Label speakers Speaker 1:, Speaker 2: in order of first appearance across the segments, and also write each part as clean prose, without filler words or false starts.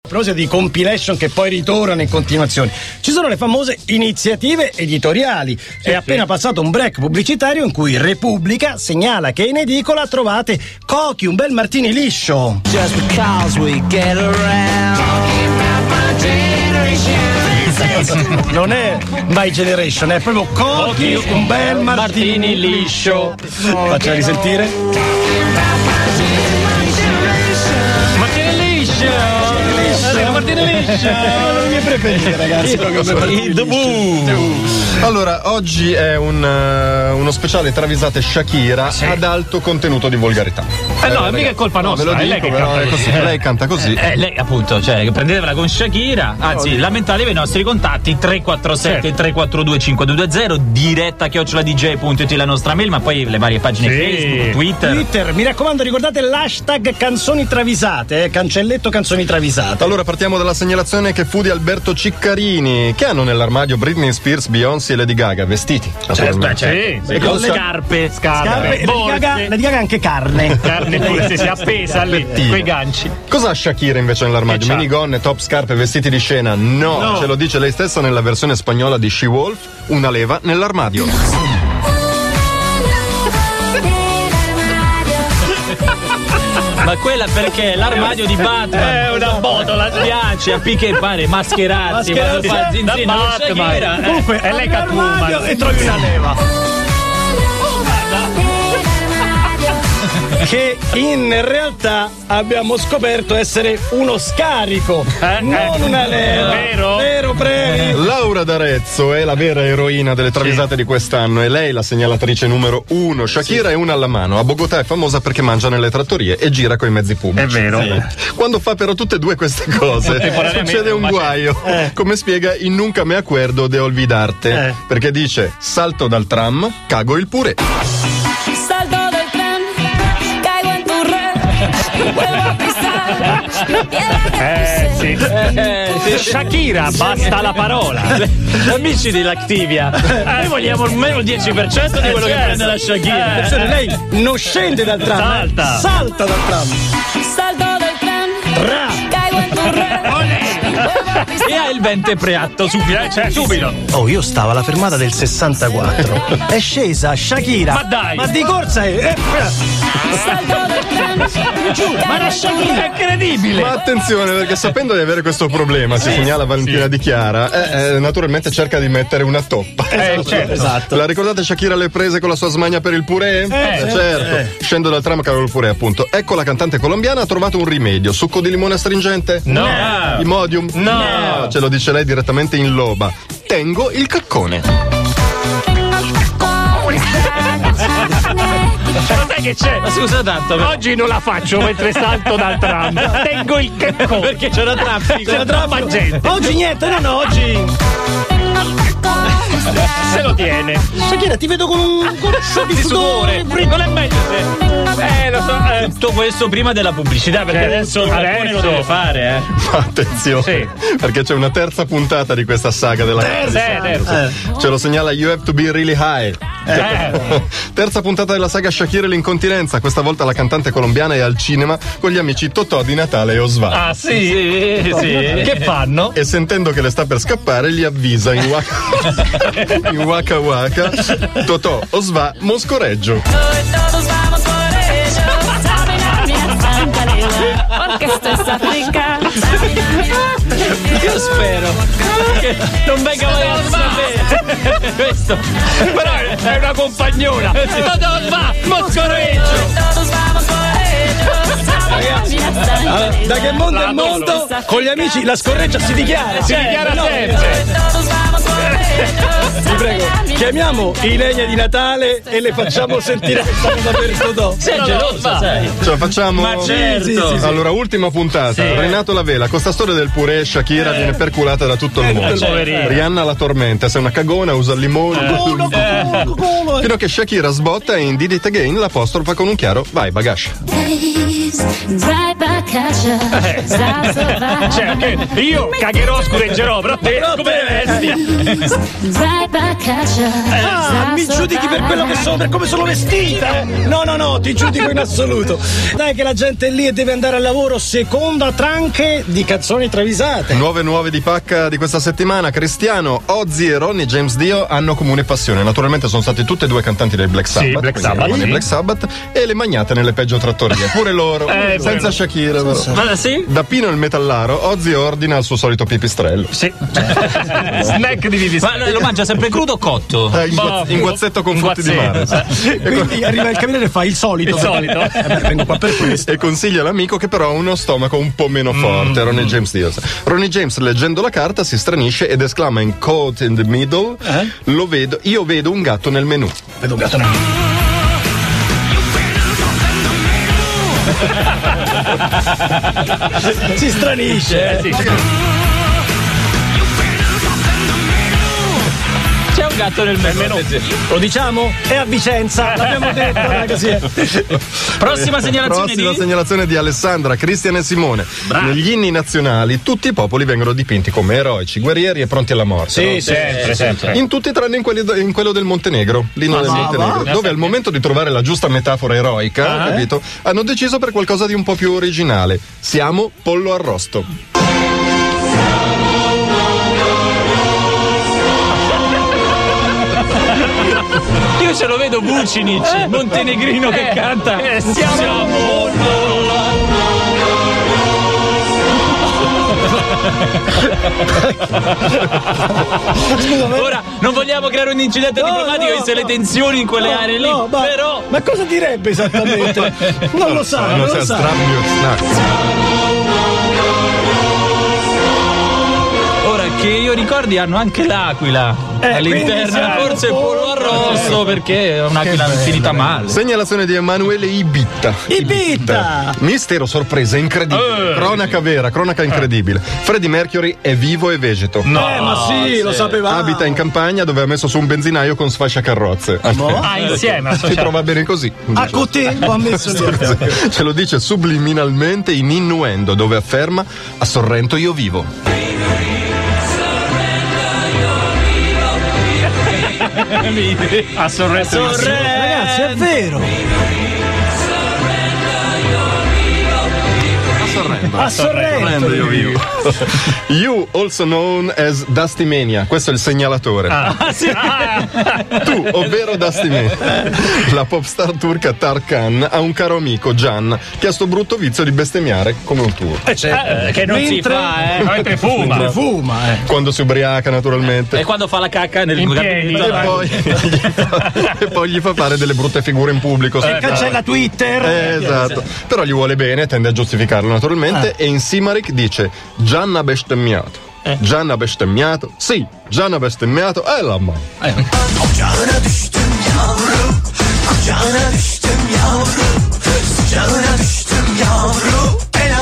Speaker 1: A proposito di compilation che poi ritornano in continuazione, ci sono le famose iniziative editoriali. È appena passato un break pubblicitario in cui Repubblica segnala che in edicola trovate Cochi, un bel Martini liscio.
Speaker 2: Just because we get around.
Speaker 1: Non è My Generation, è proprio Cochi, un bel Martini liscio. Facciamo risentire.
Speaker 3: Martini liscio. Martini liscio.
Speaker 1: Non mi preferite, ragazzi.
Speaker 4: Allora, oggi è uno speciale travisate Shakira ad alto contenuto di volgarità.
Speaker 3: No, mica è colpa nostra,
Speaker 4: ve lo
Speaker 3: è lei
Speaker 4: dico,
Speaker 3: che
Speaker 4: però
Speaker 3: canta
Speaker 4: è così. Lei canta così.
Speaker 3: Lei appunto, cioè prendetevela con Shakira, anzi lamentatevi i nostri contatti 347 342 5220, diretta @dj.it la nostra mail, ma poi le varie pagine Facebook, Twitter.
Speaker 1: Mi raccomando, ricordate l'hashtag canzoni travisate, cancelletto canzoni travisate.
Speaker 4: Allora partiamo dalla segnalazione che fu di Alberto Ciccarini, che hanno nell'armadio Britney Spears, Beyoncé e Lady Gaga, vestiti.
Speaker 3: Sì, con scarpe,
Speaker 1: Lady Gaga anche carne
Speaker 3: pure se si è appesa lì, quei ganci.
Speaker 4: Cosa ha Shakira invece nell'armadio? Minigonne, top, scarpe, vestiti di scena? No, ce lo dice lei stessa nella versione spagnola di She Wolf, una leva nell'armadio.
Speaker 3: Ma quella perché l'armadio di Batman è una botola, spiace a Piqué pare mascherarsi da Batman.
Speaker 1: Comunque è lei Catwoman e trovi una leva che in realtà abbiamo scoperto essere uno scarico, non una leva. Vero, Previ?
Speaker 4: Laura D'Arezzo è la vera eroina delle travisate di quest'anno, è lei la segnalatrice numero 1. Shakira è una alla mano. A Bogotà è famosa perché mangia nelle trattorie e gira coi mezzi pubblici.
Speaker 1: È vero.
Speaker 4: Quando fa però tutte e due queste cose succede un guaio. Come spiega in Nunca me acuerdo de olvidarte, perché dice: salto dal tram, cago il purè.
Speaker 5: Salto del tren, caigo en tu red, vuelvo a pisar la piedra que
Speaker 3: Shakira, basta la parola. Amici dell'Activia, noi vogliamo almeno il 10% di quello che prende la Shakira.
Speaker 1: Cioè, lei non scende dal tram, salta dal tram.
Speaker 5: salto del tren, caigo en tu red, vuelvo a pisar.
Speaker 3: E ha il vente preatto subito.
Speaker 1: Oh, io stavo alla fermata del 64. È scesa Shakira.
Speaker 3: Ma dai!
Speaker 1: Ma di corsa è.
Speaker 5: Salto del tren,
Speaker 3: Ma la Shakira è incredibile!
Speaker 4: Ma attenzione, perché sapendo di avere questo problema, si segnala Valentina Di Chiara, naturalmente cerca di mettere una toppa.
Speaker 1: Esatto.
Speaker 4: La ricordate Shakira alle prese con la sua smania per il purè? Certo. Scendo dal tram, cago il purè, appunto. Ecco, la cantante colombiana ha trovato un rimedio. Succo di limone astringente?
Speaker 3: No.
Speaker 4: Imodium?
Speaker 3: No.
Speaker 4: Ce lo dice lei direttamente in loba. Tengo il caccone.
Speaker 3: Ma sai che c'è? Ma scusa tanto, oggi non la faccio mentre salto dal tram. Tengo il caccone. Perché c'è una traffico. C'è troppa gente.
Speaker 1: Oggi niente, no, oggi.
Speaker 3: Se lo tiene.
Speaker 1: Shakira, ti vedo con un corso
Speaker 3: di sudore. Non è meglio se. Lo so. Tutto questo prima della pubblicità, perché adesso lo deve fare,
Speaker 4: Ma attenzione, perché c'è una terza puntata di questa saga della
Speaker 3: terza.
Speaker 4: Ce lo segnala You Have to Be Really High. Terza puntata della saga Shakira e l'incontinenza. Questa volta la cantante colombiana è al cinema con gli amici Totò Di Natale e Osvaldo.
Speaker 3: Ah sì. Che fanno?
Speaker 4: E sentendo che le sta per scappare li avvisa in Waka Waka Totò, Osva, Moscoreggio.
Speaker 5: Todos vamos por ello, saben la mia santa leva, porque esto es África.
Speaker 3: Io spero che non venga a sapere questo, però è una compagnona. Va, Moscoreggio.
Speaker 5: Todos vamos por ello, saben la mia santa leva.
Speaker 1: Da che mondo è mondo, con gli amici la scorreggia si dichiara.
Speaker 3: sempre.
Speaker 5: Todos vamos por ello,
Speaker 1: Vi prego, chiamiamo i legna di Natale e le facciamo sentire questa cosa per Totò.
Speaker 3: Sei gelosa, sai?
Speaker 4: Ce la facciamo?
Speaker 3: Ma certo.
Speaker 1: Sì.
Speaker 4: Allora, ultima puntata. Renato La Vela, con sta storia del purè, Shakira viene perculata da tutto il mondo.
Speaker 3: poverino.
Speaker 4: Rihanna la tormenta, sei una cagona, usa il limone. Fino a che Shakira sbotta e in Did It Again l'apostrofa con un chiaro vai bagascia.
Speaker 5: Baby, Right back at you.
Speaker 6: Cioè, ok, io cagherò, scureggerò, però te come vesti?
Speaker 5: Right back at you.
Speaker 1: Mi giudichi per quello che sono, per come sono vestita? No, ti giudico in assoluto. Dai che la gente è lì e deve andare al lavoro. Seconda tranche di canzoni travisate.
Speaker 4: Nuove di pacca di questa settimana. Cristiano, Ozzy e Ronnie James Dio hanno comune passione. Naturalmente sono stati tutti e due cantanti dei Black Sabbath. Black Sabbath e le magnate nelle peggio trattorie. Pure loro, senza Shakira però.
Speaker 3: Sì?
Speaker 4: Da Pino il metallaro, Ozzy ordina il suo solito pipistrello.
Speaker 6: Sì. Snack di pipistrello.
Speaker 3: Ma lo mangia sempre crudo o cotto?
Speaker 4: In guazzetto con frutti di mare.
Speaker 1: Quindi arriva il cameriere e fa il solito. Vengo qua per questo.
Speaker 4: E consiglia all'amico che però ha uno stomaco un po' meno forte, Ronnie James Dio. Ronnie James, leggendo la carta, si stranisce ed esclama in Caught in the Middle: io vedo un gatto nel menù.
Speaker 1: Vedo un gatto nel menù. Si stranisce.
Speaker 3: Sì. C'è un gatto nel menù.
Speaker 1: Lo diciamo? È a Vicenza, l'abbiamo detto, così è.
Speaker 3: Prossima segnalazione
Speaker 4: di Alessandra, Cristian e Simone. Negli inni nazionali tutti i popoli vengono dipinti come eroici, guerrieri e pronti alla morte.
Speaker 1: Sì,
Speaker 4: no?
Speaker 1: sempre.
Speaker 4: In tutti tranne in quello del Montenegro, l'inno del Montenegro, dove al momento di trovare la giusta metafora eroica, capito? Hanno deciso per qualcosa di un po' più originale. Siamo pollo arrosto.
Speaker 3: Io ce lo vedo Vucinic, montenegrino che canta. Siamo Ora non vogliamo creare un incidente diplomatico viste le tensioni in quelle aree lì, però.
Speaker 1: Ma cosa direbbe esattamente? Non lo sa.
Speaker 3: Ora che io ricordi hanno anche l'aquila all'interno, forse il pollo arrosto perché è un'aquila finita male.
Speaker 4: Segnalazione di Emanuele Ibitta. Mistero, sorpresa incredibile. Cronaca vera, cronaca incredibile. Freddie Mercury è vivo e vegeto.
Speaker 1: Ma sì, lo sapevamo.
Speaker 4: Abita in campagna dove ha messo su un benzinaio con sfasciacarrozze.
Speaker 6: Insieme.
Speaker 4: Si trova bene così.
Speaker 1: A Cotè lo ha messo lì.
Speaker 4: Ce lo dice subliminalmente in innuendo, dove afferma: a Sorrento io vivo.
Speaker 6: A Sorrento.
Speaker 1: Ragazzi, è vero. A Sorrento
Speaker 4: io vivo. You also known as Dusty Mania. Questo è il segnalatore. Tu, ovvero Dusty Mania. La popstar turca Tarkan ha un caro amico, Gian, che ha sto brutto vizio di bestemmiare come un turco.
Speaker 6: Che non si fa, mentre fuma.
Speaker 4: Quando si ubriaca, naturalmente.
Speaker 3: E quando fa la cacca nel
Speaker 4: gabinetto. E poi gli fa fare delle brutte figure in pubblico.
Speaker 1: E cancella Twitter.
Speaker 4: Esatto. Però gli vuole bene, tende a giustificarlo naturalmente. E in Simarik dice: Gian ha bestemmiato. Gian ha bestemmiato. Sì, Gian ha bestemmiato. E la mano.
Speaker 2: Kucağına düştüm yavru, kucağına düştüm yavru, sıcağına düştüm yavru,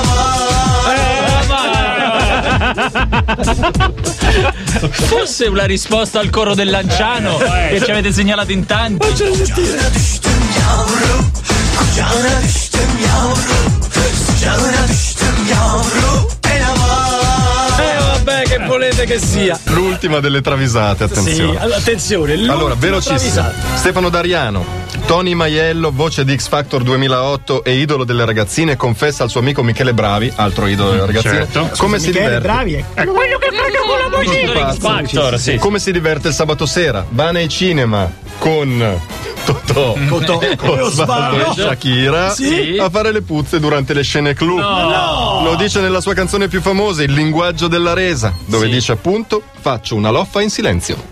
Speaker 3: Forse una risposta al coro del Lanciano che ci avete segnalato in tanti.
Speaker 2: Kucağına düştüm yavru, kucağına düştüm yavru, sıcağına düştüm yavru,
Speaker 1: Vabbè, che volete che sia.
Speaker 4: L'ultima delle travisate, attenzione.
Speaker 1: Sì, attenzione.
Speaker 4: Allora, velocissimo. Stefano Dariano, Tony Maiello, voce di X Factor 2008 e idolo delle ragazzine, confessa al suo amico Michele Bravi, altro idolo delle ragazzine, come si
Speaker 1: Michele
Speaker 4: diverte.
Speaker 1: Bravi
Speaker 6: è quello che frega con la musica. X Factor, sì.
Speaker 4: Come si diverte il sabato sera? Va nei cinema con Totò, Osvaldo e Shakira a fare le puzze durante le scene clou. Lo dice nella sua canzone più famosa, Il linguaggio della resa, dove dice appunto: faccio una loffa in silenzio.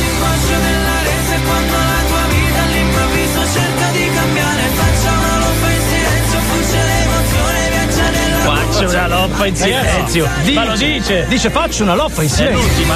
Speaker 6: Faccio una loffa in silenzio. Ma lo dice.
Speaker 1: Dice faccio una loffa in silenzio.
Speaker 3: È l'ultima.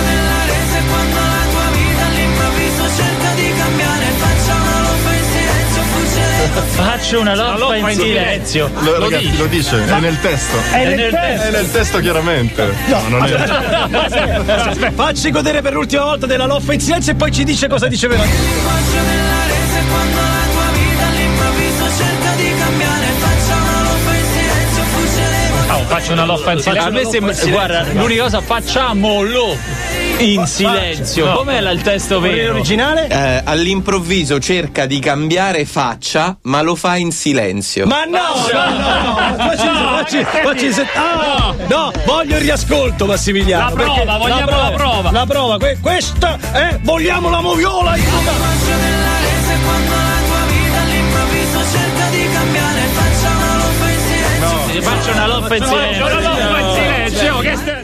Speaker 6: Faccio una loffa in silenzio.
Speaker 4: Ragazzi, lo dice, è nel testo.
Speaker 1: È nel
Speaker 4: testo chiaramente.
Speaker 1: No, non è. Facci godere per l'ultima volta della loffa in silenzio e poi ci dice cosa dice veramente.
Speaker 6: Faccio una loffa in silenzio.
Speaker 3: A me sembra, guarda, l'unica cosa, facciamolo in silenzio. Com'è il testo vero?
Speaker 1: Originale?
Speaker 7: All'improvviso cerca di cambiare faccia, ma lo fa in silenzio.
Speaker 1: Ma no, voglio il riascolto, Massimiliano.
Speaker 6: La prova.
Speaker 1: La prova, questa è vogliamo la moviola.
Speaker 2: Quando la tua vita all'improvviso cerca di cambiare, faccia una loffa in silenzio.
Speaker 3: Faccio una loffa in silenzio.
Speaker 6: Una loffa in silenzio.